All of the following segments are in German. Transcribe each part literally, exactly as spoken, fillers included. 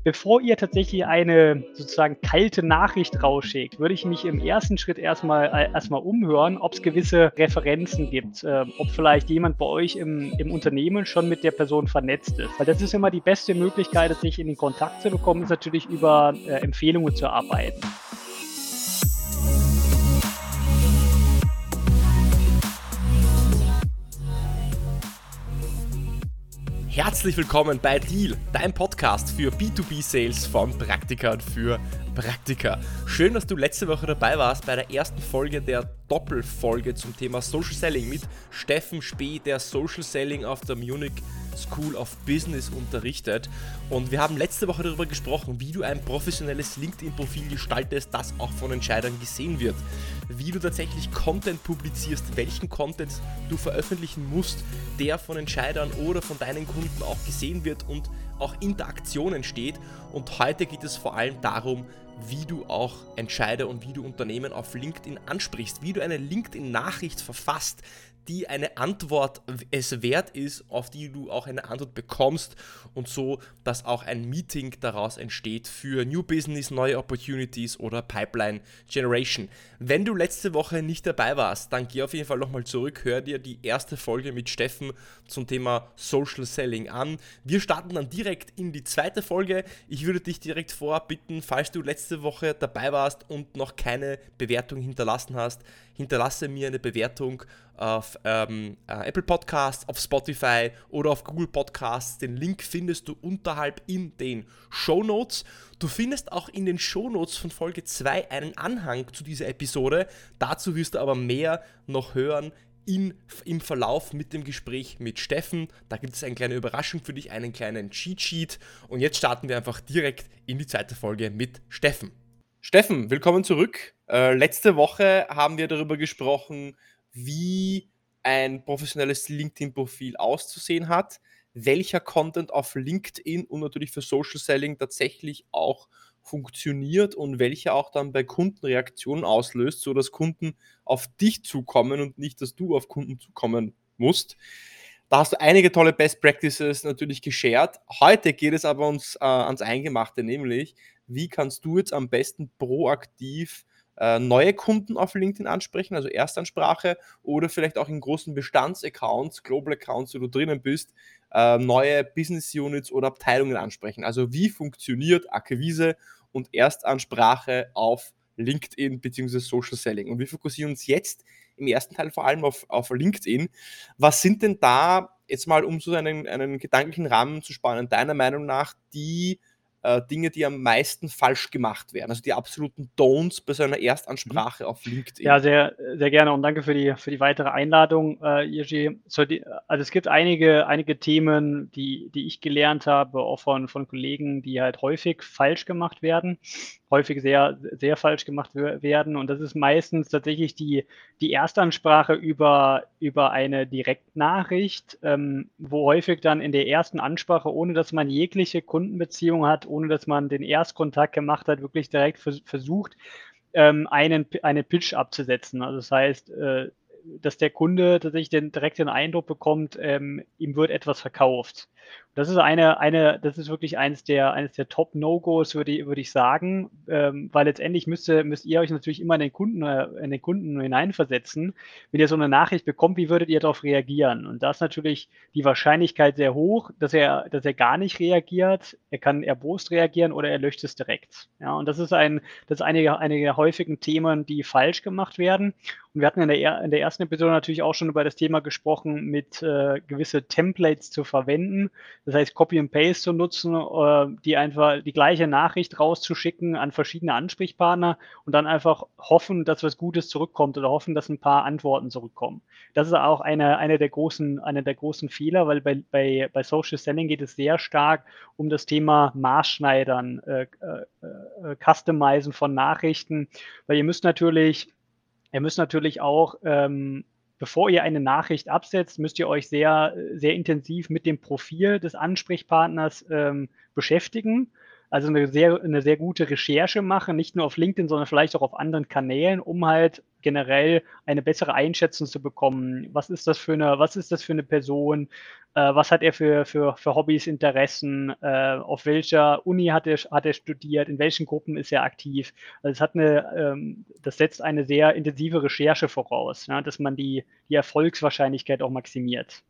Bevor ihr tatsächlich eine sozusagen kalte Nachricht rausschickt, würde ich mich im ersten Schritt erstmal äh, erstmal umhören, ob es gewisse Referenzen gibt, äh, ob vielleicht jemand bei euch im, im Unternehmen schon mit der Person vernetzt ist. Weil das ist immer die beste Möglichkeit, sich in den Kontakt zu bekommen, ist natürlich über äh, Empfehlungen zu arbeiten. Herzlich willkommen bei Deal, dein Podcast für B zwei B Sales von Praktikern für Praktika. Schön, dass du letzte Woche dabei warst bei der ersten Folge der Doppelfolge zum Thema Social Selling mit Steffen Spee, der Social Selling auf der Munich School of Business unterrichtet. Und wir haben letzte Woche darüber gesprochen, wie du ein professionelles LinkedIn-Profil gestaltest, das auch von Entscheidern gesehen wird. Wie du tatsächlich Content publizierst, welchen Content du veröffentlichen musst, der von Entscheidern oder von deinen Kunden auch gesehen wird und auch Interaktion entsteht. Und heute geht es vor allem darum, wie du auch Entscheider und wie du Unternehmen auf LinkedIn ansprichst, wie du eine LinkedIn-Nachricht verfasst, die eine Antwort es wert ist, auf die du auch eine Antwort bekommst und so, dass auch ein Meeting daraus entsteht für New Business, neue Opportunities oder Pipeline Generation. Wenn du letzte Woche nicht dabei warst, dann geh auf jeden Fall nochmal zurück, hör dir die erste Folge mit Steffen zum Thema Social Selling an. Wir starten dann direkt in die zweite Folge. Ich würde dich direkt vorab bitten, falls du letzte Woche dabei warst und noch keine Bewertung hinterlassen hast, hinterlasse mir eine Bewertung auf ähm, äh, Apple Podcasts, auf Spotify oder auf Google Podcasts. Den Link findest du unterhalb in den Shownotes. Du findest auch in den Shownotes von Folge zwei einen Anhang zu dieser Episode. Dazu wirst du aber mehr noch hören in, im Verlauf mit dem Gespräch mit Steffen. Da gibt es eine kleine Überraschung für dich, einen kleinen Cheat Sheet. Und jetzt starten wir einfach direkt in die zweite Folge mit Steffen. Steffen, willkommen zurück. Äh, letzte Woche haben wir darüber gesprochen, wie ein professionelles LinkedIn-Profil auszusehen hat, welcher Content auf LinkedIn und natürlich für Social Selling tatsächlich auch funktioniert und welcher auch dann bei Kunden Reaktionen auslöst, sodass Kunden auf dich zukommen und nicht, dass du auf Kunden zukommen musst. Da hast du einige tolle Best Practices natürlich geshared. Heute geht es aber uns äh, ans Eingemachte, nämlich wie kannst du jetzt am besten proaktiv äh, neue Kunden auf LinkedIn ansprechen, also Erstansprache, oder vielleicht auch in großen Bestandsaccounts, Global Accounts, wo du drinnen bist, äh, neue Business Units oder Abteilungen ansprechen. Also wie funktioniert Akquise und Erstansprache auf LinkedIn bzw. Social Selling? Und wir fokussieren uns jetzt im ersten Teil vor allem auf, auf LinkedIn. Was sind denn da, jetzt mal um so einen, einen gedanklichen Rahmen zu spannen, deiner Meinung nach die äh, Dinge, die am meisten falsch gemacht werden, also die absoluten Don'ts bei so einer Erstansprache auf LinkedIn? Ja, sehr, sehr gerne und danke für die, für die weitere Einladung, äh, Jiří. So die, also es gibt einige, einige Themen, die, die ich gelernt habe, auch von, von Kollegen, die halt häufig falsch gemacht werden, häufig sehr, sehr falsch gemacht werden. Und das ist meistens tatsächlich die, die Erstansprache über, über eine Direktnachricht, ähm, wo häufig dann in der ersten Ansprache, ohne dass man jegliche Kundenbeziehung hat, ohne dass man den Erstkontakt gemacht hat, wirklich direkt vers- versucht, ähm, einen, einen Pitch abzusetzen. Also das heißt, äh, dass der Kunde tatsächlich den, direkt den Eindruck bekommt, ähm, ihm wird etwas verkauft. Das ist eine, eine, das ist wirklich eines der, eines der Top-No-Gos, würde ich, würde ich sagen, ähm, weil letztendlich müsste, müsst ihr euch natürlich immer in den Kunden, äh, in den Kunden hineinversetzen. Wenn ihr so eine Nachricht bekommt, wie würdet ihr darauf reagieren? Und da ist natürlich die Wahrscheinlichkeit sehr hoch, dass er, dass er gar nicht reagiert. Er kann erbost reagieren oder er löscht es direkt. Ja, und das ist ein, das ist einige, einige der häufigen Themen, die falsch gemacht werden. Und wir hatten in der, in der ersten Episode natürlich auch schon über das Thema gesprochen, mit äh, gewisse Templates zu verwenden. Das heißt, Copy and Paste zu nutzen, äh, die einfach die gleiche Nachricht rauszuschicken an verschiedene Ansprechpartner und dann einfach hoffen, dass was Gutes zurückkommt oder hoffen, dass ein paar Antworten zurückkommen. Das ist auch eine, eine der großen, eine der großen Fehler, weil bei, bei, bei Social Selling geht es sehr stark um das Thema Maßschneidern, äh, äh, äh, Customizen von Nachrichten, weil ihr müsst natürlich Ihr müsst natürlich auch, ähm, bevor ihr eine Nachricht absetzt, müsst ihr euch sehr, sehr intensiv mit dem Profil des Ansprechpartners ähm, beschäftigen. Also eine sehr, eine sehr gute Recherche machen, nicht nur auf LinkedIn, sondern vielleicht auch auf anderen Kanälen, um halt generell eine bessere Einschätzung zu bekommen. Was ist das für eine, was ist das für eine Person? Äh, was hat er für, für, für Hobbys, Interessen? Äh, auf welcher Uni hat er, hat er studiert? In welchen Gruppen ist er aktiv? Also es hat eine, ähm, das setzt eine sehr intensive Recherche voraus, ja, dass man die, die Erfolgswahrscheinlichkeit auch maximiert.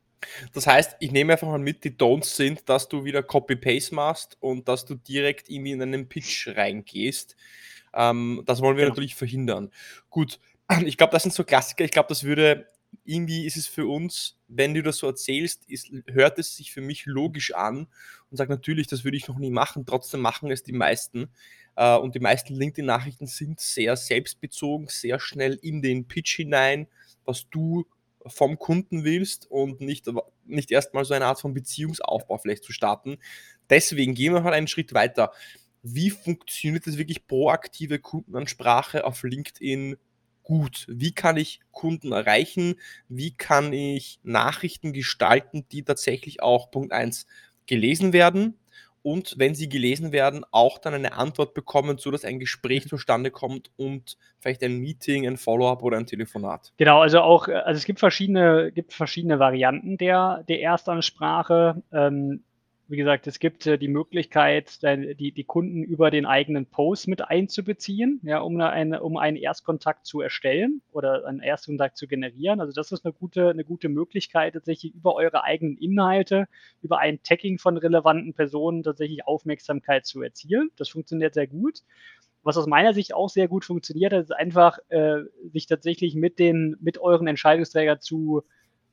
Das heißt, ich nehme einfach mal mit, die Don'ts sind, dass du wieder Copy-Paste machst und dass du direkt irgendwie in einen Pitch reingehst. Ähm, das wollen wir Genau. natürlich verhindern. Gut, ich glaube, das sind so Klassiker. Ich glaube, das würde, irgendwie ist es für uns, wenn du das so erzählst, ist, hört es sich für mich logisch an und sagt natürlich, das würde ich noch nie machen. Trotzdem machen es die meisten. Äh, und die meisten LinkedIn-Nachrichten sind sehr selbstbezogen, sehr schnell in den Pitch hinein, was du vom Kunden willst und nicht, nicht erstmal so eine Art von Beziehungsaufbau vielleicht zu starten. Deswegen gehen wir mal einen Schritt weiter. Wie funktioniert das wirklich proaktive Kundenansprache auf LinkedIn gut? Wie kann ich Kunden erreichen? Wie kann ich Nachrichten gestalten, die tatsächlich auch Punkt eins gelesen werden? Und wenn sie gelesen werden, auch dann eine Antwort bekommen, sodass ein Gespräch zustande kommt und vielleicht ein Meeting, ein Follow-up oder ein Telefonat. Genau, also auch, äh, also es gibt verschiedene, gibt verschiedene Varianten der, der Erstansprache. Ähm, wie gesagt, es gibt äh, die Möglichkeit, dein- die, die Kunden über den eigenen Post mit einzubeziehen, ja, um, eine, um einen Erstkontakt zu erstellen oder einen Erstkontakt zu generieren. Also das ist eine gute, eine gute Möglichkeit, tatsächlich über eure eigenen Inhalte, über ein Tagging von relevanten Personen tatsächlich Aufmerksamkeit zu erzielen. Das funktioniert sehr gut. Was aus meiner Sicht auch sehr gut funktioniert hat, ist einfach, äh, sich tatsächlich mit den, mit euren Entscheidungsträgern zu,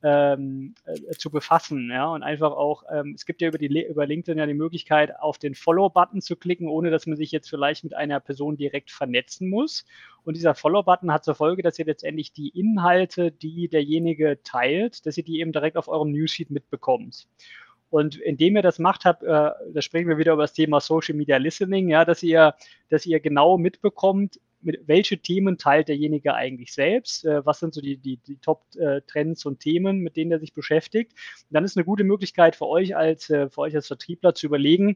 ähm, äh, zu befassen, ja, und einfach auch, ähm, es gibt ja über, die, über LinkedIn ja die Möglichkeit, auf den Follow-Button zu klicken, ohne dass man sich jetzt vielleicht mit einer Person direkt vernetzen muss. Und dieser Follow-Button hat zur Folge, dass ihr letztendlich die Inhalte, die derjenige teilt, dass ihr die eben direkt auf eurem Newsfeed mitbekommt. Und indem ihr das macht habt, äh, da sprechen wir wieder über das Thema Social Media Listening, ja, dass ihr, dass ihr genau mitbekommt, mit welche Themen teilt derjenige eigentlich selbst, äh, was sind so die, die, die Top-Trends und Themen, mit denen er sich beschäftigt. Und dann ist eine gute Möglichkeit für euch als, äh, für euch als Vertriebler zu überlegen,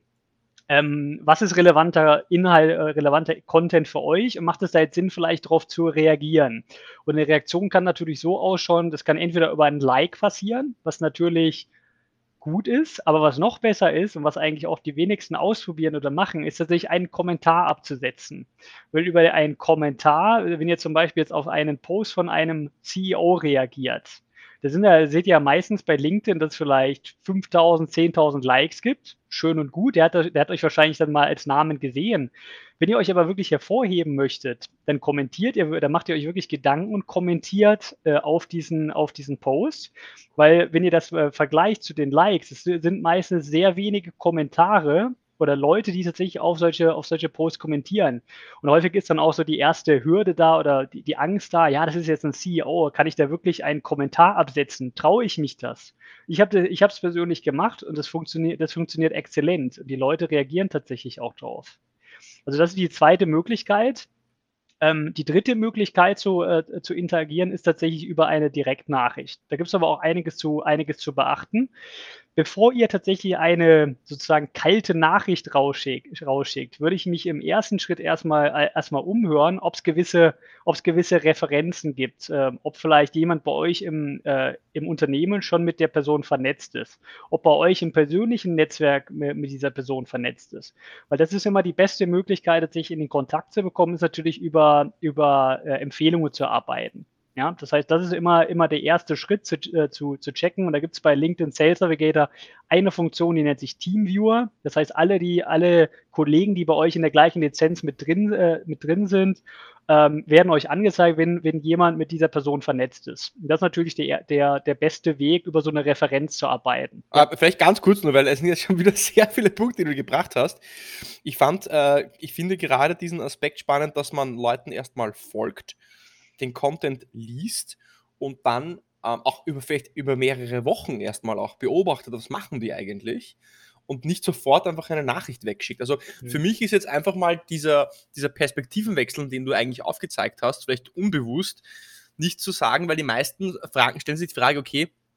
ähm, was ist relevanter Inhalt, äh, relevanter Content für euch und macht es da jetzt Sinn, vielleicht darauf zu reagieren? Und eine Reaktion kann natürlich so ausschauen, das kann entweder über ein Like passieren, was natürlich gut ist, aber was noch besser ist und was eigentlich auch die wenigsten ausprobieren oder machen, ist tatsächlich einen Kommentar abzusetzen. Weil über einen Kommentar, wenn ihr zum Beispiel jetzt auf einen Post von einem C E O reagiert, da sind ja, seht ihr ja meistens bei LinkedIn, dass es vielleicht fünftausend, zehntausend Likes gibt. Schön und gut, der hat, der hat euch wahrscheinlich dann mal als Namen gesehen. Wenn ihr euch aber wirklich hervorheben möchtet, dann kommentiert ihr, dann macht ihr euch wirklich Gedanken und kommentiert äh, auf, diesen, auf diesen Post. Weil wenn ihr das äh, vergleicht zu den Likes, es sind meistens sehr wenige Kommentare oder Leute, die tatsächlich auf solche, auf solche Posts kommentieren. Und häufig ist dann auch so die erste Hürde da oder die, die Angst da, ja, das ist jetzt ein C E O, kann ich da wirklich einen Kommentar absetzen? Traue ich mich das? Ich habe ich es persönlich gemacht und das funktioniert, das funktioniert exzellent. Und die Leute reagieren tatsächlich auch drauf. Also das ist die zweite Möglichkeit. Ähm, die dritte Möglichkeit zu, äh, zu interagieren ist tatsächlich über eine Direktnachricht. Da gibt es aber auch einiges zu, einiges zu beachten. Bevor ihr tatsächlich eine sozusagen kalte Nachricht rausschickt, rausschickt würde ich mich im ersten Schritt erstmal, äh, erstmal umhören, ob es gewisse, ob's gewisse Referenzen gibt, äh, ob vielleicht jemand bei euch im, äh, im Unternehmen schon mit der Person vernetzt ist, ob bei euch im persönlichen Netzwerk mit, mit dieser Person vernetzt ist. Weil das ist immer die beste Möglichkeit, sich in den Kontakt zu bekommen, ist natürlich über, über äh, Empfehlungen zu arbeiten. Ja, das heißt, das ist immer, immer der erste Schritt zu, äh, zu, zu checken. Und da gibt es bei LinkedIn Sales Navigator eine Funktion, die nennt sich Teamviewer. Das heißt, alle, die, alle Kollegen, die bei euch in der gleichen Lizenz mit drin, äh, mit drin sind, ähm, werden euch angezeigt, wenn, wenn jemand mit dieser Person vernetzt ist. Und das ist natürlich der, der, der beste Weg, über so eine Referenz zu arbeiten. Ja. Äh, vielleicht ganz kurz nur, weil es sind jetzt schon wieder sehr viele Punkte, die du gebracht hast. Ich fand, äh, ich finde gerade diesen Aspekt spannend, dass man Leuten erstmal folgt, den Content liest und dann ähm, auch über, vielleicht über mehrere Wochen erstmal auch beobachtet, was machen die eigentlich und nicht sofort einfach eine Nachricht wegschickt. Also mhm. für mich ist jetzt einfach mal dieser, dieser Perspektivenwechsel, den du eigentlich aufgezeigt hast, vielleicht unbewusst, nicht zu sagen, weil die meisten Fragen stellen sich die Frage, okay,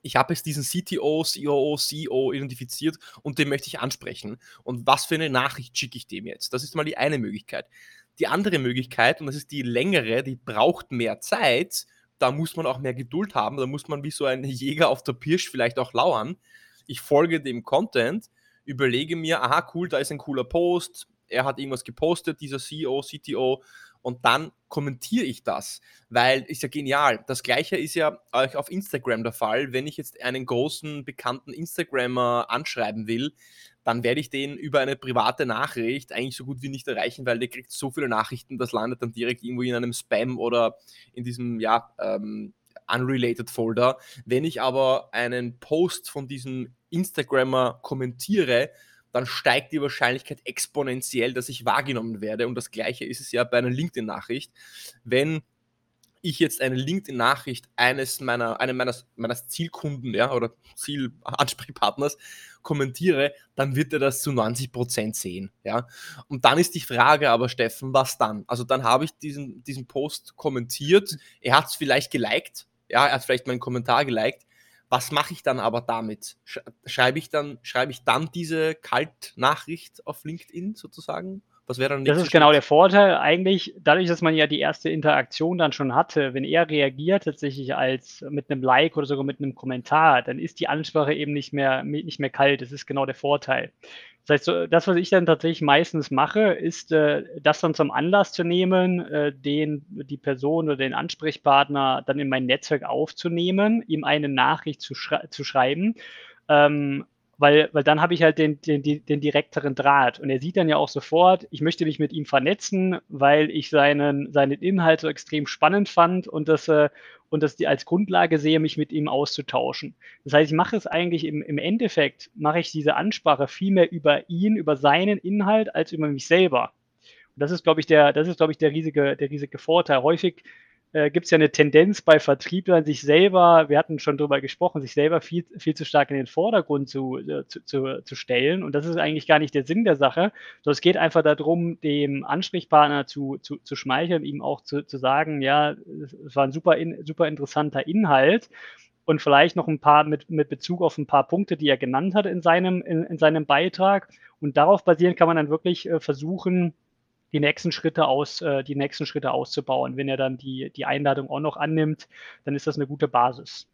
ich habe jetzt diesen C T O, C O O, C E O identifiziert und den möchte ich ansprechen. Und was für eine Nachricht schicke ich dem jetzt? Das ist mal die eine Möglichkeit. Die andere Möglichkeit, und das ist die längere, die braucht mehr Zeit, da muss man auch mehr Geduld haben, da muss man wie so ein Jäger auf der Pirsch vielleicht auch lauern. Ich folge dem Content, überlege mir, aha, cool, da ist ein cooler Post, er hat irgendwas gepostet, dieser C E O, C T O, und dann kommentiere ich das, weil ist ja genial. Das Gleiche ist ja auch auf Instagram der Fall. Wenn ich jetzt einen großen, bekannten Instagrammer anschreiben will, dann werde ich den über eine private Nachricht eigentlich so gut wie nicht erreichen, weil der kriegt so viele Nachrichten, das landet dann direkt irgendwo in einem Spam oder in diesem, ja, ähm, unrelated Folder. Wenn ich aber einen Post von diesem Instagrammer kommentiere, dann steigt die Wahrscheinlichkeit exponentiell, dass ich wahrgenommen werde. Und das Gleiche ist es ja bei einer LinkedIn-Nachricht. Wenn ich jetzt eine LinkedIn-Nachricht eines meiner, einem meiner, meines Zielkunden, ja, oder Zielansprechpartners kommentiere, dann wird er das zu neunzig Prozent sehen, ja. Und dann ist die Frage aber, Steffen, was dann? Also dann habe ich diesen, diesen Post kommentiert, er hat es vielleicht geliked, ja, er hat vielleicht meinen Kommentar geliked. Was mache ich dann aber damit? Schreibe ich dann, schreibe ich dann diese Kaltnachricht auf LinkedIn sozusagen? Was wäre dann der Das nächste ist genau Schritt? der Vorteil. Eigentlich, dadurch, dass man ja die erste Interaktion dann schon hatte, wenn er reagiert tatsächlich als mit einem Like oder sogar mit einem Kommentar, dann ist die Ansprache eben nicht mehr, nicht mehr kalt. Das ist genau der Vorteil. Das heißt, so, das, was ich dann tatsächlich meistens mache, ist, äh, das dann zum Anlass zu nehmen, äh, den, die Person oder den Ansprechpartner dann in mein Netzwerk aufzunehmen, ihm eine Nachricht zu, schrei zu schreiben. Ähm, weil, weil dann habe ich halt den, den, den direkteren Draht. Und er sieht dann ja auch sofort, ich möchte mich mit ihm vernetzen, weil ich seinen, seinen Inhalt so extrem spannend fand und das, äh, und das die als Grundlage sehe, mich mit ihm auszutauschen. Das heißt, ich mache es eigentlich im, im Endeffekt, mache ich diese Ansprache viel mehr über ihn, über seinen Inhalt, als über mich selber. Und das ist, glaube ich, der, das ist, glaube ich, der riesige, der riesige Vorteil. Häufig äh, gibt es ja eine Tendenz bei Vertrieblern, sich selber, wir hatten schon drüber gesprochen, sich selber viel, viel zu stark in den Vordergrund zu, äh, zu, zu, zu stellen. Und das ist eigentlich gar nicht der Sinn der Sache, sondern es geht einfach darum, dem Ansprechpartner zu, zu, zu schmeicheln, ihm auch zu, zu sagen, ja, es war ein super, in, super interessanter Inhalt. Und vielleicht noch ein paar mit, mit Bezug auf ein paar Punkte, die er genannt hat in seinem, in, in seinem Beitrag. Und darauf basierend kann man dann wirklich äh, versuchen, die nächsten Schritte aus, äh, die nächsten Schritte auszubauen. Wenn er dann die, die Einladung auch noch annimmt, dann ist das eine gute Basis.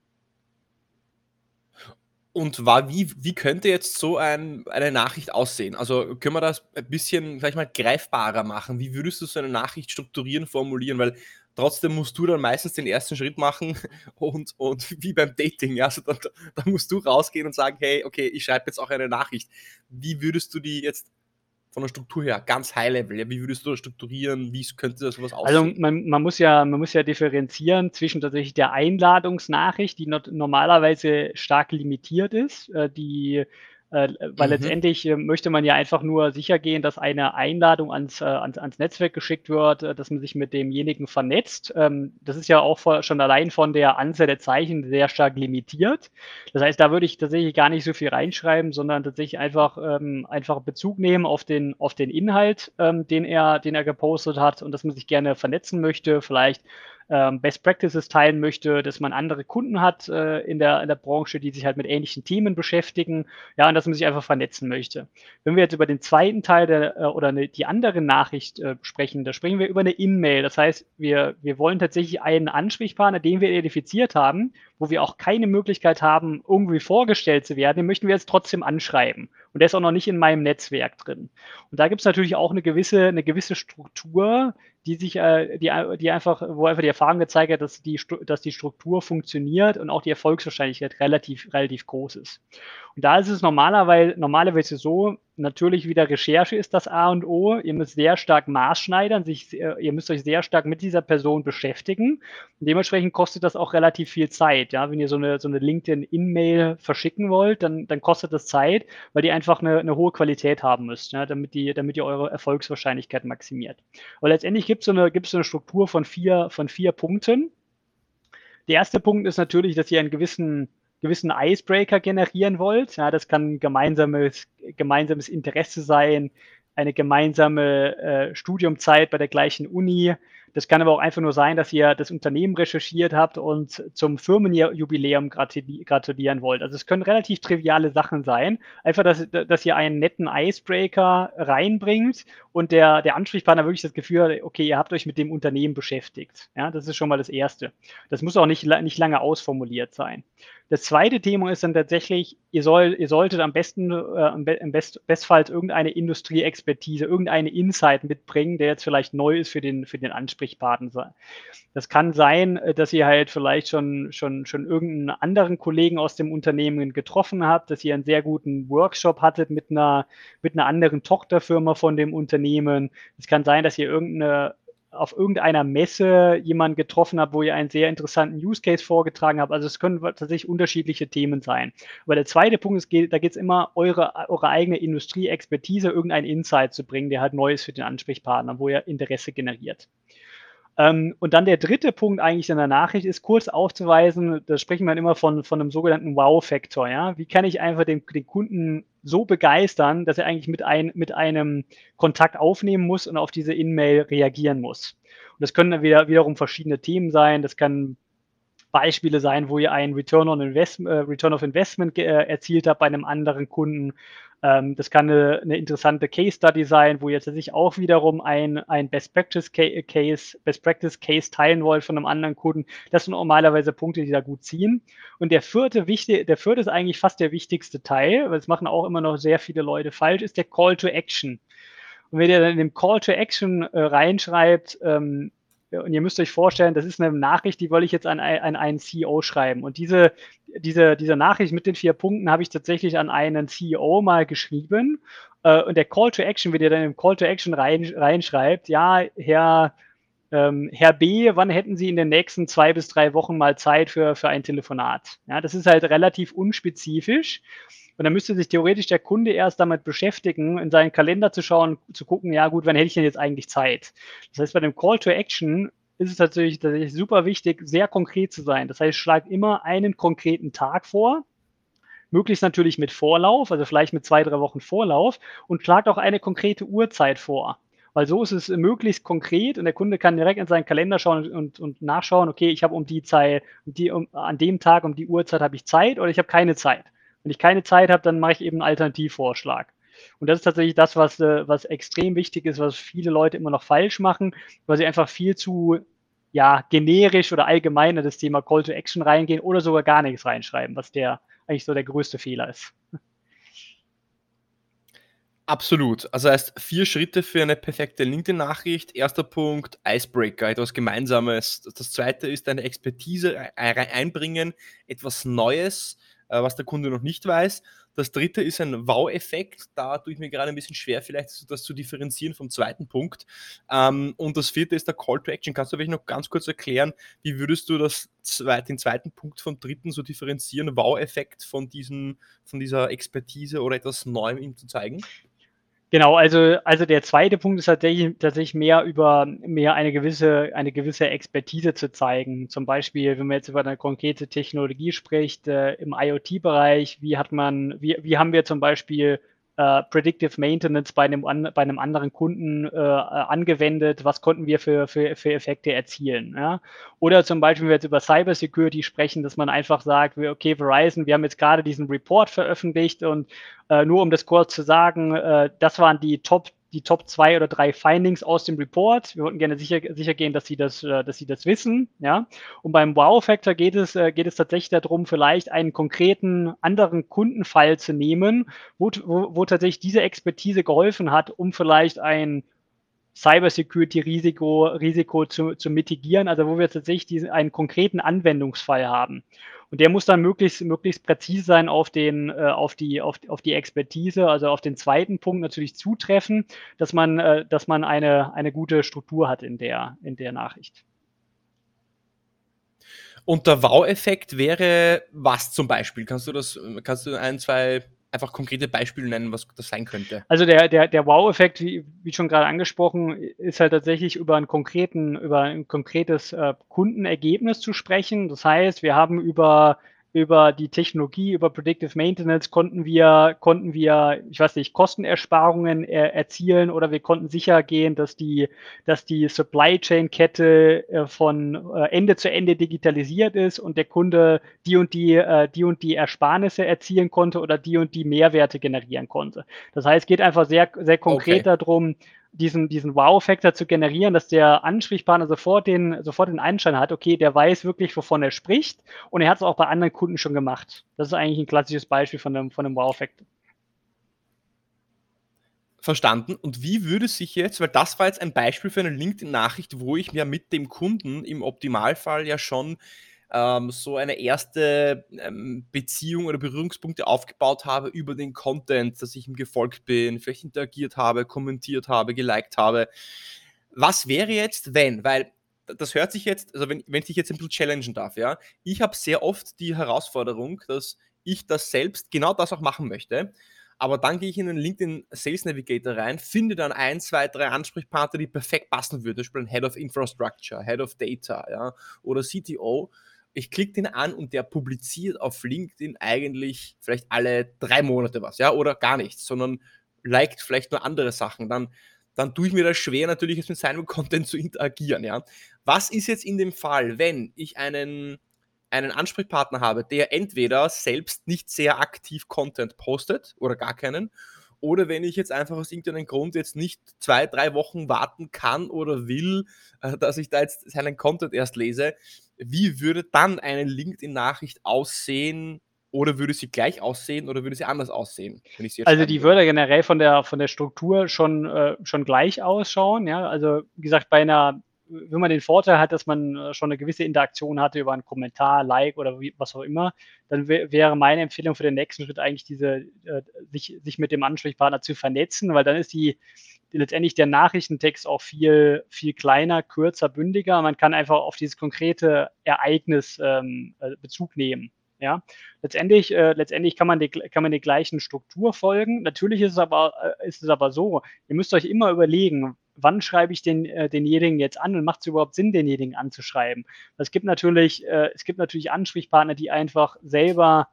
Und war, wie, wie könnte jetzt so ein, eine Nachricht aussehen? Also können wir das ein bisschen, sag ich mal, greifbarer machen? Wie würdest du so eine Nachricht strukturieren, formulieren? Weil trotzdem musst du dann meistens den ersten Schritt machen und, und wie beim Dating, ja, also da, da musst du rausgehen und sagen, hey, okay, ich schreibe jetzt auch eine Nachricht. Wie würdest du die jetzt von der Struktur her, ganz High-Level, ja, wie würdest du das strukturieren? Wie könnte das sowas Also aussehen? man, man, muss ja, man muss ja differenzieren zwischen tatsächlich der Einladungsnachricht, die not, normalerweise stark limitiert ist, äh, die, äh, weil Mhm. letztendlich äh, möchte man ja einfach nur sicher gehen, dass eine Einladung ans, äh, ans, ans Netzwerk geschickt wird, äh, dass man sich mit demjenigen vernetzt. Ähm, das ist ja auch vor, schon allein von der Anzahl der Zeichen sehr stark limitiert. Das heißt, da würde ich tatsächlich gar nicht so viel reinschreiben, sondern tatsächlich einfach, ähm, einfach Bezug nehmen auf den, auf den Inhalt, ähm, den er, den er gepostet hat und dass man sich gerne vernetzen möchte, vielleicht ähm, Best Practices teilen möchte, dass man andere Kunden hat äh, in, der, in der Branche, die sich halt mit ähnlichen Themen beschäftigen, ja, und dass man sich einfach vernetzen möchte. Wenn wir jetzt über den zweiten Teil der, äh, oder eine, die andere Nachricht äh, sprechen, da sprechen wir über eine In-Mail. Das heißt, wir, wir wollen tatsächlich einen Ansprechpartner, den wir identifiziert haben, wo wir auch keine Möglichkeit haben, irgendwie vorgestellt zu werden, den möchten wir jetzt trotzdem anschreiben. Und der ist auch noch nicht in meinem Netzwerk drin. Und da gibt es natürlich auch eine gewisse, eine gewisse Struktur, die sich, äh, die, die einfach, wo einfach die Erfahrung gezeigt hat, dass die, dass die Struktur funktioniert und auch die Erfolgswahrscheinlichkeit relativ, relativ groß ist. Und da ist es normalerweise, normalerweise so, natürlich wieder Recherche ist das A und O. Ihr müsst sehr stark maßschneidern, sich, ihr müsst euch sehr stark mit dieser Person beschäftigen. Und dementsprechend kostet das auch relativ viel Zeit. Ja? Wenn ihr so eine, so eine LinkedIn-In-Mail verschicken wollt, dann, dann kostet das Zeit, weil die einfach eine, eine hohe Qualität haben müsst, ja? damit, die, damit ihr eure Erfolgswahrscheinlichkeit maximiert. Aber letztendlich gibt es so eine, gibt's so eine Struktur von vier, von vier Punkten. Der erste Punkt ist natürlich, dass ihr einen gewissen gewissen Icebreaker generieren wollt. Ja, das kann gemeinsames, gemeinsames Interesse sein, eine gemeinsame äh, Studiumzeit bei der gleichen Uni. Das kann aber auch einfach nur sein, dass ihr das Unternehmen recherchiert habt und zum Firmenjubiläum gratu- gratulieren wollt. Also es können relativ triviale Sachen sein. Einfach, dass, dass ihr einen netten Icebreaker reinbringt und der, der Ansprechpartner wirklich das Gefühl hat, okay, ihr habt euch mit dem Unternehmen beschäftigt. Ja, das ist schon mal das Erste. Das muss auch nicht, nicht lange ausformuliert sein. Das zweite Thema ist dann tatsächlich, ihr, soll, ihr solltet am besten, äh, im Best, Bestfalls irgendeine Industrieexpertise, irgendeine Insight mitbringen, der jetzt vielleicht neu ist für den, für den Ansprechpartner. Das kann sein, dass ihr halt vielleicht schon, schon, schon irgendeinen anderen Kollegen aus dem Unternehmen getroffen habt, dass ihr einen sehr guten Workshop hattet mit einer, mit einer anderen Tochterfirma von dem Unternehmen. Es kann sein, dass ihr irgendeine auf irgendeiner Messe jemanden getroffen habt, wo ihr einen sehr interessanten Use Case vorgetragen habt. Also es können tatsächlich unterschiedliche Themen sein. Aber der zweite Punkt ist, da geht es immer, eure, eure eigene Industrieexpertise, irgendeinen Insight zu bringen, der halt neu ist für den Ansprechpartner, wo ihr Interesse generiert. Ähm, und dann der dritte Punkt eigentlich in der Nachricht ist, kurz aufzuweisen, da sprechen wir immer von, von einem sogenannten Wow-Faktor. Ja? Wie kann ich einfach den, den Kunden so begeistern, dass er eigentlich mit, ein, mit einem Kontakt aufnehmen muss und auf diese In-Mail reagieren muss. Und das können dann wieder, wiederum verschiedene Themen sein. Das kann Beispiele sein, wo ihr einen Return on Investment, äh, Return of Investment äh, erzielt habt bei einem anderen Kunden. Ähm, das kann eine, eine interessante Case Study sein, wo ihr tatsächlich auch wiederum ein, ein Best Practice Case, Best Practice Case teilen wollt von einem anderen Kunden. Das sind normalerweise Punkte, die da gut ziehen. Und der vierte, wichtig, der vierte ist eigentlich fast der wichtigste Teil, weil das machen auch immer noch sehr viele Leute falsch, ist der Call to Action. Und wenn ihr dann in dem Call to Action äh, reinschreibt, ähm, und ihr müsst euch vorstellen, das ist eine Nachricht, die wollte ich jetzt an, an einen C E O schreiben. Und diese, diese, diese Nachricht mit den vier Punkten habe ich tatsächlich an einen C E O mal geschrieben. Äh, und der Call to Action, wenn ihr dann im Call to Action rein, reinschreibt, ja, Herr, ähm, Herr B., wann hätten Sie in den nächsten zwei bis drei Wochen mal Zeit für, für ein Telefonat? Ja, das ist halt relativ unspezifisch. Und dann müsste sich theoretisch der Kunde erst damit beschäftigen, in seinen Kalender zu schauen, zu gucken, ja gut, wann hätte ich denn jetzt eigentlich Zeit? Das heißt, bei dem Call to Action ist es tatsächlich, tatsächlich super wichtig, sehr konkret zu sein. Das heißt, schlag immer einen konkreten Tag vor, möglichst natürlich mit Vorlauf, also vielleicht mit zwei, drei Wochen Vorlauf, und schlag auch eine konkrete Uhrzeit vor. Weil so ist es möglichst konkret und der Kunde kann direkt in seinen Kalender schauen und, und nachschauen, okay, ich habe um die Zeit, um die, um, an dem Tag um die Uhrzeit habe ich Zeit oder ich habe keine Zeit. Wenn ich keine Zeit habe, dann mache ich eben einen Alternativvorschlag. Und das ist tatsächlich das, was, äh, was extrem wichtig ist, was viele Leute immer noch falsch machen, weil sie einfach viel zu ja, generisch oder allgemein in das Thema Call to Action reingehen oder sogar gar nichts reinschreiben, was der eigentlich so der größte Fehler ist. Absolut. Also heißt vier Schritte für eine perfekte LinkedIn-Nachricht. Erster Punkt, Icebreaker, etwas Gemeinsames. Das zweite ist eine Expertise einbringen, etwas Neues, was der Kunde noch nicht weiß. Das dritte ist ein Wow-Effekt. Da tue ich mir gerade ein bisschen schwer, vielleicht das zu differenzieren vom zweiten Punkt. Und das vierte ist der Call to Action. Kannst du vielleicht noch ganz kurz erklären, wie würdest du das, den zweiten Punkt vom dritten so differenzieren? Wow-Effekt von, diesem, von dieser Expertise oder etwas Neuem ihm zu zeigen? Genau, also, also der zweite Punkt ist tatsächlich, tatsächlich mehr über mehr eine gewisse, eine gewisse Expertise zu zeigen. Zum Beispiel, wenn man jetzt über eine konkrete Technologie spricht, äh, im IoT-Bereich, wie hat man, wie, wie haben wir zum Beispiel äh, Predictive Maintenance bei einem, an, bei einem anderen Kunden äh, angewendet, was konnten wir für, für, für Effekte erzielen. Ja? Oder zum Beispiel, wenn wir jetzt über Cybersecurity sprechen, dass man einfach sagt, okay, Verizon, wir haben jetzt gerade diesen Report veröffentlicht und äh, nur um das kurz zu sagen, äh, das waren die Top die Top zwei oder drei Findings aus dem Report. Wir wollten gerne sicher, sicher gehen, dass Sie das, äh, dass Sie das wissen. Ja? Und beim Wow-Factor geht es, äh, geht es tatsächlich darum, vielleicht einen konkreten anderen Kundenfall zu nehmen, wo, wo, wo tatsächlich diese Expertise geholfen hat, um vielleicht ein Cybersecurity-Risiko Risiko zu, zu mitigieren, also wo wir tatsächlich diesen, einen konkreten Anwendungsfall haben. Und der muss dann möglichst, möglichst präzise sein auf, den, äh, auf, die, auf, auf die Expertise, also auf den zweiten Punkt natürlich zutreffen, dass man, äh, dass man eine, eine gute Struktur hat in der, in der Nachricht. Und der Wow-Effekt wäre was zum Beispiel? Kannst du das, kannst du ein, zwei einfach konkrete Beispiele nennen, was das sein könnte? Also der, der, der Wow-Effekt, wie, wie schon gerade angesprochen, ist halt tatsächlich über einen konkreten, über ein konkretes äh, Kundenergebnis zu sprechen. Das heißt, wir haben über über die Technologie, über Predictive Maintenance konnten wir, konnten wir, ich weiß nicht, Kostenersparungen er, erzielen oder wir konnten sicher gehen, dass die, dass die Supply Chain Kette äh, von äh, Ende zu Ende digitalisiert ist und der Kunde die und die, äh, die und die Ersparnisse erzielen konnte oder die und die Mehrwerte generieren konnte. Das heißt, es geht einfach sehr, sehr konkret Okay. darum, diesen, diesen Wow-Faktor zu generieren, dass der Ansprechpartner sofort den, sofort den Einschein hat, okay, der weiß wirklich, wovon er spricht und er hat es auch bei anderen Kunden schon gemacht. Das ist eigentlich ein klassisches Beispiel von einem, von einem Wow-Faktor. Verstanden. Und wie würde sich jetzt, weil das war jetzt ein Beispiel für eine LinkedIn-Nachricht, wo ich mir mit dem Kunden im Optimalfall ja schon ähm, so eine erste ähm, Beziehung oder Berührungspunkte aufgebaut habe über den Content, dass ich ihm gefolgt bin, vielleicht interagiert habe, kommentiert habe, geliked habe. Was wäre jetzt, wenn, weil das hört sich jetzt, also wenn, wenn ich dich jetzt ein bisschen challengen darf, ja, ich habe sehr oft die Herausforderung, dass ich das selbst genau das auch machen möchte, aber dann gehe ich in den LinkedIn Sales Navigator rein, finde dann ein, zwei, drei Ansprechpartner, die perfekt passen würden, zum Beispiel ein Head of Infrastructure, Head of Data, ja, oder C T O. Ich klicke den an und der publiziert auf LinkedIn eigentlich vielleicht alle drei Monate was, ja, oder gar nichts, sondern liked vielleicht nur andere Sachen. Dann, dann tue ich mir das schwer, natürlich jetzt mit seinem Content zu interagieren, ja. Was ist jetzt in dem Fall, wenn ich einen einen Ansprechpartner habe, der entweder selbst nicht sehr aktiv Content postet oder gar keinen, oder wenn ich jetzt einfach aus irgendeinem Grund jetzt nicht zwei, drei Wochen warten kann oder will, äh, dass ich da jetzt seinen Content erst lese, wie würde dann eine LinkedIn-Nachricht aussehen oder würde sie gleich aussehen oder würde sie anders aussehen, wenn ich sie jetzt Also schreiben die würde? würde generell von der, von der Struktur schon, äh, schon gleich ausschauen. Ja? Also wie gesagt, bei einer, wenn man den Vorteil hat, dass man äh, schon eine gewisse Interaktion hatte über einen Kommentar, Like oder wie, was auch immer, dann wär, wäre meine Empfehlung für den nächsten Schritt eigentlich diese, äh, sich, sich mit dem Ansprechpartner zu vernetzen, weil dann ist die, die letztendlich der Nachrichtentext auch viel, viel kleiner, kürzer, bündiger. Man kann einfach auf dieses konkrete Ereignis ähm, äh, Bezug nehmen. Ja, letztendlich, äh, letztendlich kann man, die, kann man der gleichen Struktur folgen. Natürlich ist es aber, äh, ist es aber so, ihr müsst euch immer überlegen, wann schreibe ich den, äh, denjenigen jetzt an und macht es überhaupt Sinn, denjenigen anzuschreiben? Es gibt natürlich, äh, es gibt natürlich Ansprechpartner, die einfach selber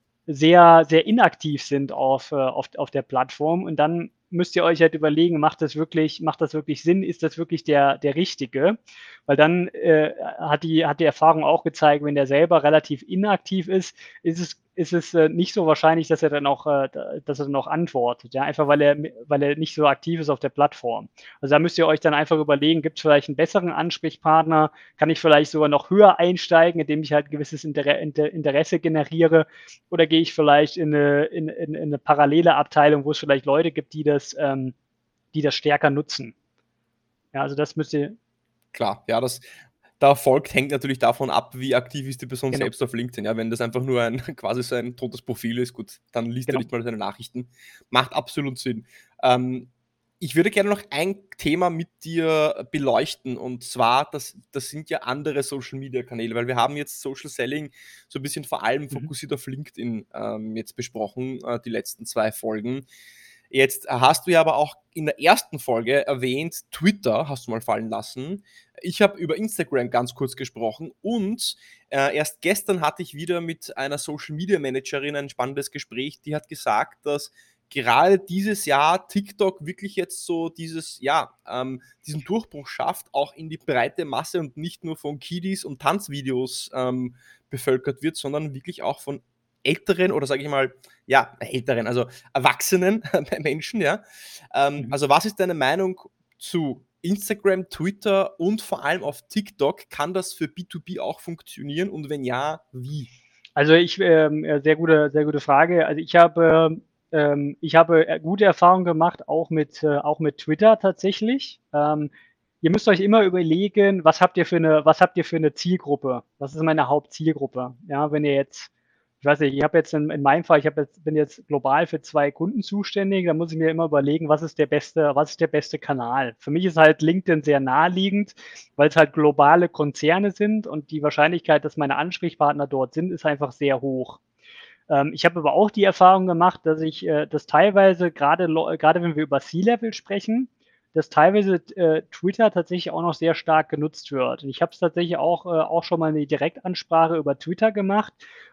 sehr, sehr inaktiv sind auf, äh, auf, auf der Plattform und dann müsst ihr euch halt überlegen, macht das wirklich, macht das wirklich Sinn? Ist das wirklich der, der Richtige? Weil dann äh, hat, die, hat die Erfahrung auch gezeigt, wenn der selber relativ inaktiv ist, ist es, ist es äh, nicht so wahrscheinlich, dass er dann auch, äh, dass er dann auch antwortet. Ja? Einfach weil er, weil er nicht so aktiv ist auf der Plattform. Also da müsst ihr euch dann einfach überlegen, gibt es vielleicht einen besseren Ansprechpartner? Kann ich vielleicht sogar noch höher einsteigen, indem ich halt ein gewisses Inter Inter Interesse generiere? Oder gehe ich vielleicht in eine, in, in, in eine parallele Abteilung, wo es vielleicht Leute gibt, die das, ähm, die das stärker nutzen? Ja, also das müsst ihr, Klar, ja, das, der Erfolg hängt natürlich davon ab, wie aktiv ist die Person genau, selbst auf LinkedIn. Ja, wenn das einfach nur ein quasi so ein totes Profil ist, gut, dann liest er genau. nicht mal seine Nachrichten. Macht absolut Sinn. Ähm, ich würde gerne noch ein Thema mit dir beleuchten und zwar, das, das sind ja andere Social Media Kanäle, weil wir haben jetzt Social Selling so ein bisschen vor allem Mhm. fokussiert auf LinkedIn ähm, jetzt besprochen, äh, die letzten zwei Folgen. Jetzt hast du ja aber auch in der ersten Folge erwähnt, Twitter hast du mal fallen lassen. Ich habe über Instagram ganz kurz gesprochen und äh, erst gestern hatte ich wieder mit einer Social Media Managerin ein spannendes Gespräch, die hat gesagt, dass gerade dieses Jahr TikTok wirklich jetzt so dieses, ja, ähm, diesen Durchbruch schafft, auch in die breite Masse und nicht nur von Kiddies und Tanzvideos ähm, bevölkert wird, sondern wirklich auch von älteren oder sage ich mal, ja, älteren, also erwachsenen Menschen, ja. Ähm, Mhm. also was ist deine Meinung zu Instagram, Twitter und vor allem auf TikTok? Kann das für B zwei B auch funktionieren und wenn ja, wie? Also ich, ähm, äh, sehr gute, sehr gute Frage. Also ich habe, ähm, ich habe äh, gute Erfahrungen gemacht, auch mit, äh, auch mit Twitter tatsächlich. Ähm, ihr müsst euch immer überlegen, was habt ihr für eine, was habt ihr für eine Zielgruppe? Was ist meine Hauptzielgruppe? Ja, wenn ihr jetzt, ich weiß nicht, ich habe jetzt in, in meinem Fall, ich habe jetzt, bin jetzt global für zwei Kunden zuständig, da muss ich mir immer überlegen, was ist der beste, was ist der beste Kanal? Für mich ist halt LinkedIn sehr naheliegend, weil es halt globale Konzerne sind und die Wahrscheinlichkeit, dass meine Ansprechpartner dort sind, ist einfach sehr hoch. Ähm, ich habe aber auch die Erfahrung gemacht, dass ich äh, das teilweise, gerade gerade wenn wir über C-Level sprechen, dass teilweise äh, Twitter tatsächlich auch noch sehr stark genutzt wird. Und ich habe es tatsächlich auch, äh, auch schon mal eine Direktansprache über Twitter gemacht,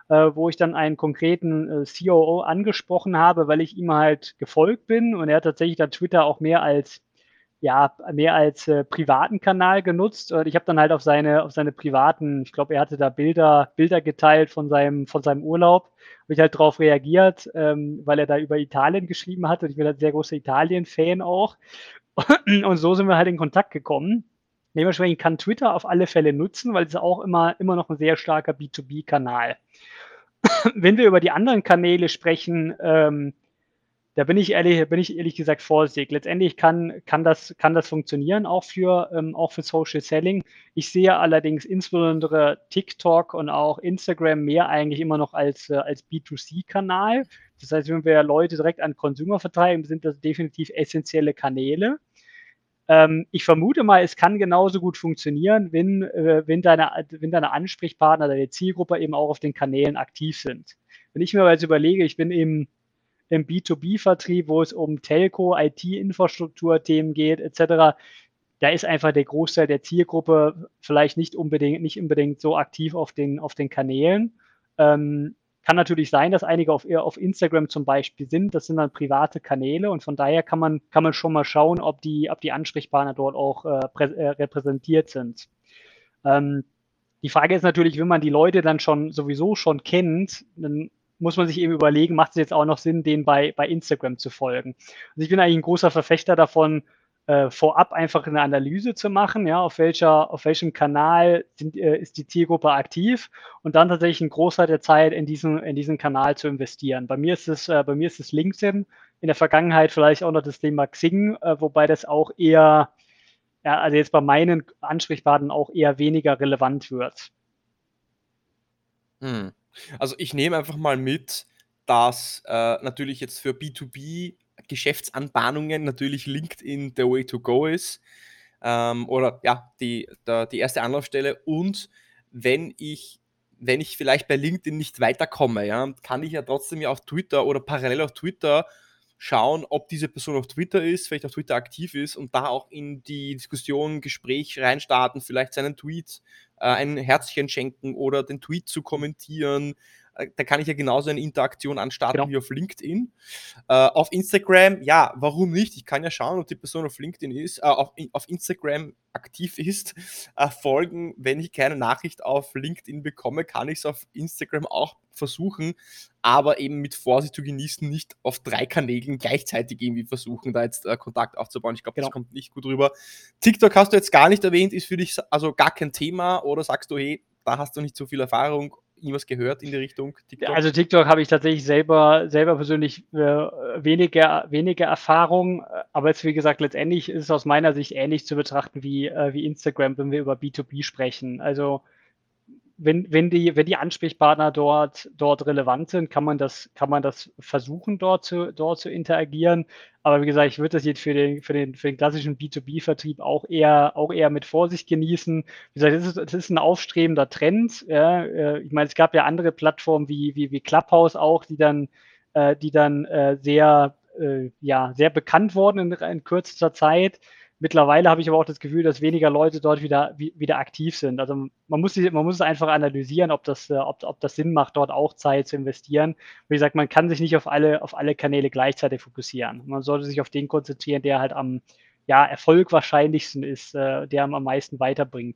äh, wo ich dann einen konkreten äh, C O O angesprochen habe, weil ich ihm halt gefolgt bin und er hat tatsächlich dann Twitter auch mehr als ja, mehr als äh, privaten Kanal genutzt. Und ich habe dann halt auf seine, auf seine privaten, ich glaube, er hatte da Bilder, Bilder geteilt von seinem, von seinem Urlaub. Habe ich halt darauf reagiert, ähm, weil er da über Italien geschrieben hat und ich bin halt sehr großer Italien-Fan auch. Und so sind wir halt in Kontakt gekommen. Dementsprechend kann Twitter auf alle Fälle nutzen, weil es auch immer, immer noch ein sehr starker B zwei B-Kanal. Wenn wir über die anderen Kanäle sprechen, ähm, da bin ich ehrlich, bin ich ehrlich gesagt vorsichtig. Letztendlich kann, kann, das, kann das funktionieren, auch für, ähm, auch für Social Selling. Ich sehe allerdings insbesondere TikTok und auch Instagram mehr eigentlich immer noch als, äh, als B zwei C-Kanal. Das heißt, wenn wir Leute direkt an Consumer vertreiben, sind das definitiv essentielle Kanäle. Ähm, ich vermute mal, es kann genauso gut funktionieren, wenn, äh, wenn, deine, wenn deine Ansprechpartner, deine Zielgruppe eben auch auf den Kanälen aktiv sind. Wenn ich mir aber jetzt überlege, ich bin im im B zwei B-Vertrieb, wo es um Telco, I T-Infrastruktur-Themen geht, et cetera, da ist einfach der Großteil der Zielgruppe vielleicht nicht unbedingt, nicht unbedingt so aktiv auf den, auf den Kanälen. Ähm, kann natürlich sein, dass einige auf, auf Instagram zum Beispiel sind. Das sind dann private Kanäle und von daher kann man, kann man schon mal schauen, ob die, ob die Ansprechpartner dort auch äh, prä, äh, repräsentiert sind. Ähm, die Frage ist natürlich, wenn man die Leute dann schon sowieso schon kennt, dann muss man sich eben überlegen, macht es jetzt auch noch Sinn, denen bei, bei Instagram zu folgen. Also ich bin eigentlich ein großer Verfechter davon, äh, vorab einfach eine Analyse zu machen, ja, auf welcher, auf welchem Kanal sind, äh, ist die Zielgruppe aktiv und dann tatsächlich einen Großteil der Zeit in diesen, in diesen Kanal zu investieren. Bei mir ist es, äh, bei mir ist es LinkedIn, in der Vergangenheit vielleicht auch noch das Thema Xing, äh, wobei das auch eher, ja, also jetzt bei meinen Ansprechpartnern auch eher weniger relevant wird. Hm. Also ich nehme einfach mal mit, dass äh, natürlich jetzt für B zwei B Geschäftsanbahnungen natürlich LinkedIn the way to go ist. Ähm, oder ja, die, der, die erste Anlaufstelle. Und wenn ich, wenn ich vielleicht bei LinkedIn nicht weiterkomme, ja, kann ich ja trotzdem ja auf Twitter oder parallel auf Twitter schauen, ob diese Person auf Twitter ist, vielleicht auf Twitter aktiv ist und da auch in die Diskussion, Gespräch reinstarten, vielleicht seinen Tweet äh, ein Herzchen schenken oder den Tweet zu kommentieren. Äh, da kann ich ja genauso eine Interaktion anstarten Genau. wie auf LinkedIn. Äh, auf Instagram, ja, warum nicht? Ich kann ja schauen, ob die Person auf LinkedIn ist, äh, auf, auf Instagram aktiv ist. Äh, folgen, wenn ich keine Nachricht auf LinkedIn bekomme, kann ich es auf Instagram auch versuchen, aber eben mit Vorsicht zu genießen, nicht auf drei Kanälen gleichzeitig irgendwie versuchen, da jetzt äh, Kontakt aufzubauen. Ich glaube, das Genau. kommt nicht gut rüber. TikTok hast du jetzt gar nicht erwähnt, ist für dich also gar kein Thema oder sagst du, hey, da hast du nicht so viel Erfahrung, irgendwas gehört in die Richtung TikTok? Also TikTok habe ich tatsächlich selber, selber persönlich äh, weniger, weniger Erfahrung, aber jetzt wie gesagt, letztendlich ist es aus meiner Sicht ähnlich zu betrachten wie, äh, wie Instagram, wenn wir über B zwei B sprechen. Also wenn, wenn, die, wenn die Ansprechpartner dort, dort relevant sind, kann man das, kann man das versuchen, dort zu, dort zu interagieren. Aber wie gesagt, ich würde das jetzt für den, für den, für den klassischen B zwei B-Vertrieb auch eher, auch eher mit Vorsicht genießen. Wie gesagt, das ist, das ist ein aufstrebender Trend. Ja. Äh, Ich meine, es gab ja andere Plattformen wie, wie, wie Clubhouse auch, die dann, äh, die dann äh, sehr, äh, ja, sehr bekannt wurden in, in kürzester Zeit. Mittlerweile habe ich aber auch das Gefühl, dass weniger Leute dort wieder, wie, wieder aktiv sind. Also man muss, man muss es einfach analysieren, ob das, äh, ob, ob das Sinn macht, dort auch Zeit zu investieren. Wie gesagt, man kann sich nicht auf alle, auf alle Kanäle gleichzeitig fokussieren. Man sollte sich auf den konzentrieren, der halt am ja, Erfolg wahrscheinlichsten ist, äh, der am meisten weiterbringt.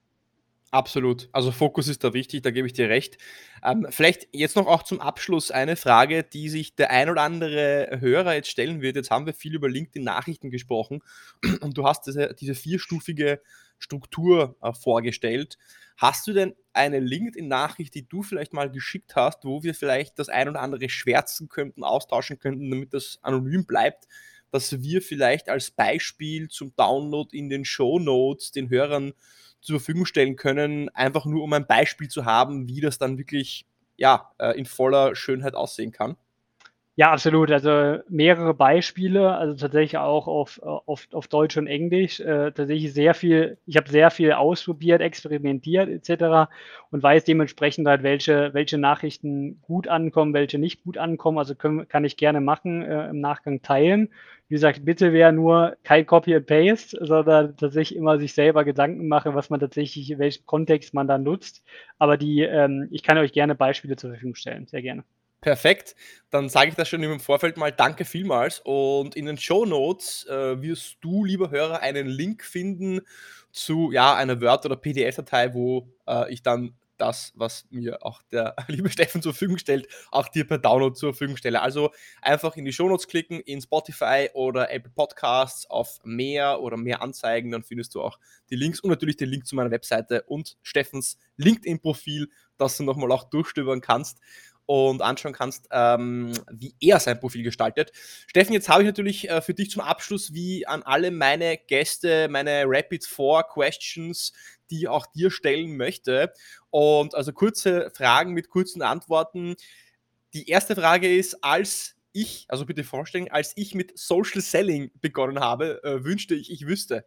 Absolut. Also Fokus ist da wichtig, da gebe ich dir recht. Ähm, vielleicht jetzt noch auch zum Abschluss eine Frage, die sich der ein oder andere Hörer jetzt stellen wird. Jetzt haben wir viel über LinkedIn-Nachrichten gesprochen und du hast diese, diese vierstufige Struktur äh, vorgestellt. Hast du denn eine LinkedIn-Nachricht, die du vielleicht mal geschickt hast, wo wir vielleicht das ein oder andere schwärzen könnten, austauschen könnten, damit das anonym bleibt, dass wir vielleicht als Beispiel zum Download in den Shownotes den Hörern zur Verfügung stellen können, einfach nur um ein Beispiel zu haben, wie das dann wirklich ja, in voller Schönheit aussehen kann? Ja, absolut. Also mehrere Beispiele, also tatsächlich auch auf, auf, auf Deutsch und Englisch. Äh, tatsächlich sehr viel, ich habe sehr viel ausprobiert, experimentiert et cetera und weiß dementsprechend halt, welche, welche Nachrichten gut ankommen, welche nicht gut ankommen. Also können, kann ich gerne machen, äh, im Nachgang teilen. Wie gesagt, bitte wäre nur kein Copy and Paste, sondern tatsächlich immer sich selber Gedanken machen, was man tatsächlich, in welchem Kontext man dann nutzt. Aber die, ähm, ich kann euch gerne Beispiele zur Verfügung stellen, sehr gerne. Perfekt, dann sage ich das schon im Vorfeld mal, danke vielmals, und in den Shownotes äh, wirst du, lieber Hörer, einen Link finden zu ja, einer Word- oder P D F-Datei, wo äh, ich dann das, was mir auch der liebe Steffen zur Verfügung stellt, auch dir per Download zur Verfügung stelle. Also einfach in die Shownotes klicken, in Spotify oder Apple Podcasts auf mehr oder mehr Anzeigen, dann findest du auch die Links und natürlich den Link zu meiner Webseite und Steffens LinkedIn-Profil, dass du nochmal auch durchstöbern kannst und anschauen kannst, ähm, wie er sein Profil gestaltet. Steffen, jetzt habe ich natürlich äh, für dich zum Abschluss, wie an alle meine Gäste, meine Rapid-Four-Questions, die ich auch dir stellen möchte. Und also kurze Fragen mit kurzen Antworten. Die erste Frage ist, als ich, also bitte vorstellen, als ich mit Social Selling begonnen habe, äh, wünschte ich, ich wüsste.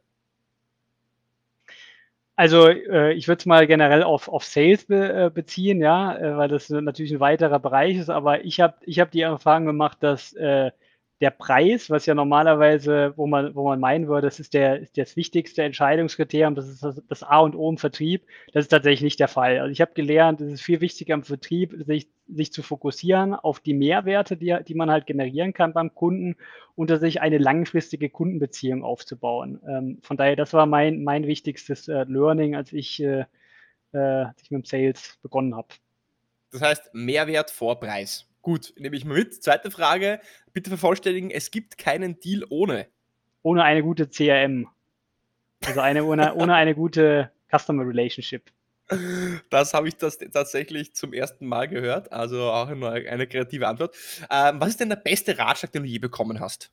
Also, äh, ich würde es mal generell auf auf Sales be äh, beziehen, ja, äh, weil das natürlich ein weiterer Bereich ist. Aber ich habe ich habe die Erfahrung gemacht, dass, äh, der Preis, was ja normalerweise, wo man wo man meinen würde, das ist der ist das wichtigste Entscheidungskriterium, das ist das das A und O im Vertrieb, das ist tatsächlich nicht der Fall. Also, ich habe gelernt, es ist viel wichtiger im Vertrieb, sich sich zu fokussieren auf die Mehrwerte, die die man halt generieren kann beim Kunden und tatsächlich eine langfristige Kundenbeziehung aufzubauen. Ähm, von daher, das war mein, mein wichtigstes äh, Learning, als ich, äh, äh, als ich mit dem Sales begonnen habe. Das heißt, Mehrwert vor Preis. Gut, nehme ich mal mit. Zweite Frage, bitte vervollständigen, es gibt keinen Deal ohne. Ohne eine gute C R M. Also eine, ohne, ohne eine gute Customer Relationship. Das habe ich das tatsächlich zum ersten Mal gehört, also auch eine, eine kreative Antwort. Ähm, was ist denn der beste Ratschlag, den du je bekommen hast?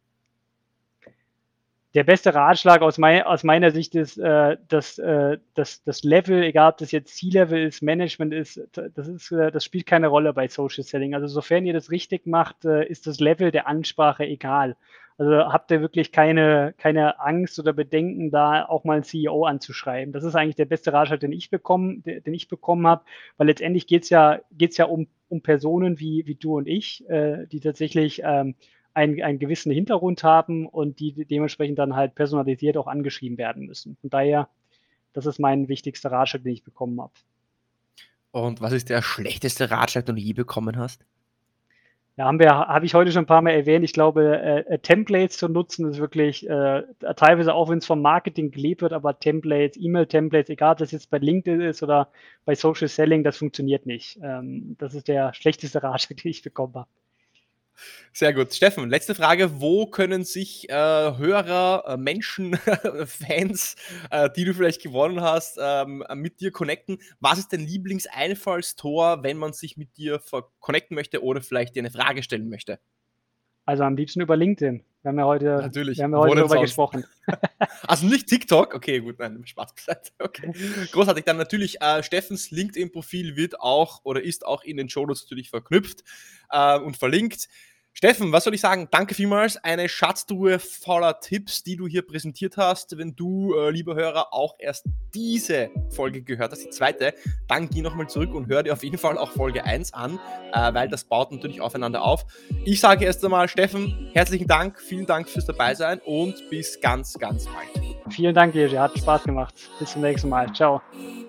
Der beste Ratschlag aus, mein, aus meiner Sicht ist, äh, dass äh, das, das Level, egal ob das jetzt C-Level ist, Management ist, das, ist äh, das spielt keine Rolle bei Social Selling. Also sofern ihr das richtig macht, äh, ist das Level der Ansprache egal. Also habt ihr wirklich keine, keine Angst oder Bedenken, da auch mal einen C E O anzuschreiben. Das ist eigentlich der beste Ratschlag, den ich bekommen, den ich bekommen habe, weil letztendlich geht es ja, geht's ja um, um Personen wie, wie du und ich, äh, die tatsächlich ähm, einen, einen gewissen Hintergrund haben und die dementsprechend dann halt personalisiert auch angeschrieben werden müssen. Von daher, das ist mein wichtigster Ratschlag, den ich bekommen habe. Und was ist der schlechteste Ratschlag, den du je bekommen hast? Ja, haben wir, habe ich heute schon ein paar Mal erwähnt. Ich glaube, äh, Templates zu nutzen ist wirklich äh, teilweise auch, wenn es vom Marketing gelebt wird, aber Templates, E-Mail-Templates, egal ob das jetzt bei LinkedIn ist oder bei Social Selling, das funktioniert nicht. Ähm, das ist der schlechteste Ratschlag, den ich bekommen habe. Sehr gut. Steffen, letzte Frage. Wo können sich äh, Hörer, äh, Menschen, Fans, äh, die du vielleicht gewonnen hast, ähm, mit dir connecten? Was ist dein Lieblingseinfallstor, wenn man sich mit dir connecten möchte oder vielleicht dir eine Frage stellen möchte? Also am liebsten über LinkedIn. Wir haben ja heute, Natürlich. wir haben ja heute darüber gesprochen. Also nicht TikTok? Okay, gut, nein, Spaß beiseite. Okay. Großartig. Dann natürlich, äh, Steffens LinkedIn-Profil wird auch oder ist auch in den Shownotes natürlich verknüpft äh, und verlinkt. Steffen, was soll ich sagen? Danke vielmals. Eine Schatztruhe voller Tipps, die du hier präsentiert hast. Wenn du, äh, lieber Hörer, auch erst diese Folge gehört hast, die zweite, dann geh nochmal zurück und hör dir auf jeden Fall auch Folge eins an, äh, weil das baut natürlich aufeinander auf. Ich sage erst einmal, Steffen, herzlichen Dank, vielen Dank fürs Dabeisein und bis ganz, ganz bald. Vielen Dank, Jerzy. Hat Spaß gemacht. Bis zum nächsten Mal. Ciao.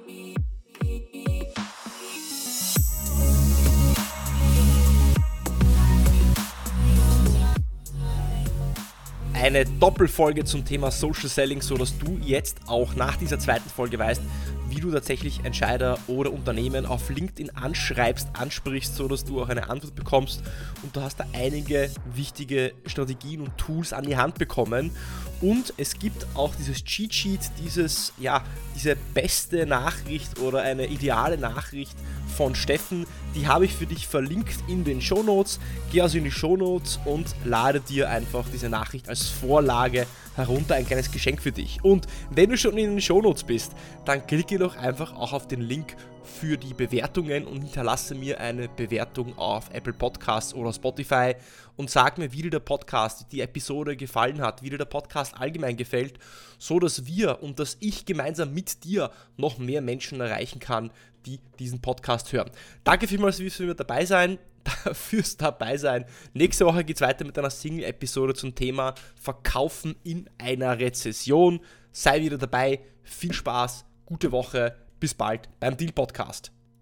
Eine Doppelfolge zum Thema Social Selling, sodass du jetzt auch nach dieser zweiten Folge weißt, wie du tatsächlich Entscheider oder Unternehmen auf LinkedIn anschreibst, ansprichst, sodass du auch eine Antwort bekommst, und du hast da einige wichtige Strategien und Tools an die Hand bekommen. Und es gibt auch dieses Cheat Sheet, dieses, ja, diese beste Nachricht oder eine ideale Nachricht von Steffen, die habe ich für dich verlinkt in den Shownotes. Geh also in die Shownotes und lade dir einfach diese Nachricht als Vorlage herunter, ein kleines Geschenk für dich. Und wenn du schon in den Shownotes bist, dann klicke klicke doch einfach auch auf den Link für die Bewertungen und hinterlasse mir eine Bewertung auf Apple Podcasts oder Spotify und sag mir, wie dir der Podcast, die Episode gefallen hat, wie dir der Podcast allgemein gefällt, so dass wir und dass ich gemeinsam mit dir noch mehr Menschen erreichen kann, die diesen Podcast hören. Danke vielmals fürs dabei sein. fürs dabei sein. Nächste Woche geht es weiter mit einer Single-Episode zum Thema Verkaufen in einer Rezession. Sei wieder dabei. Viel Spaß, gute Woche, bis bald beim Deal Podcast.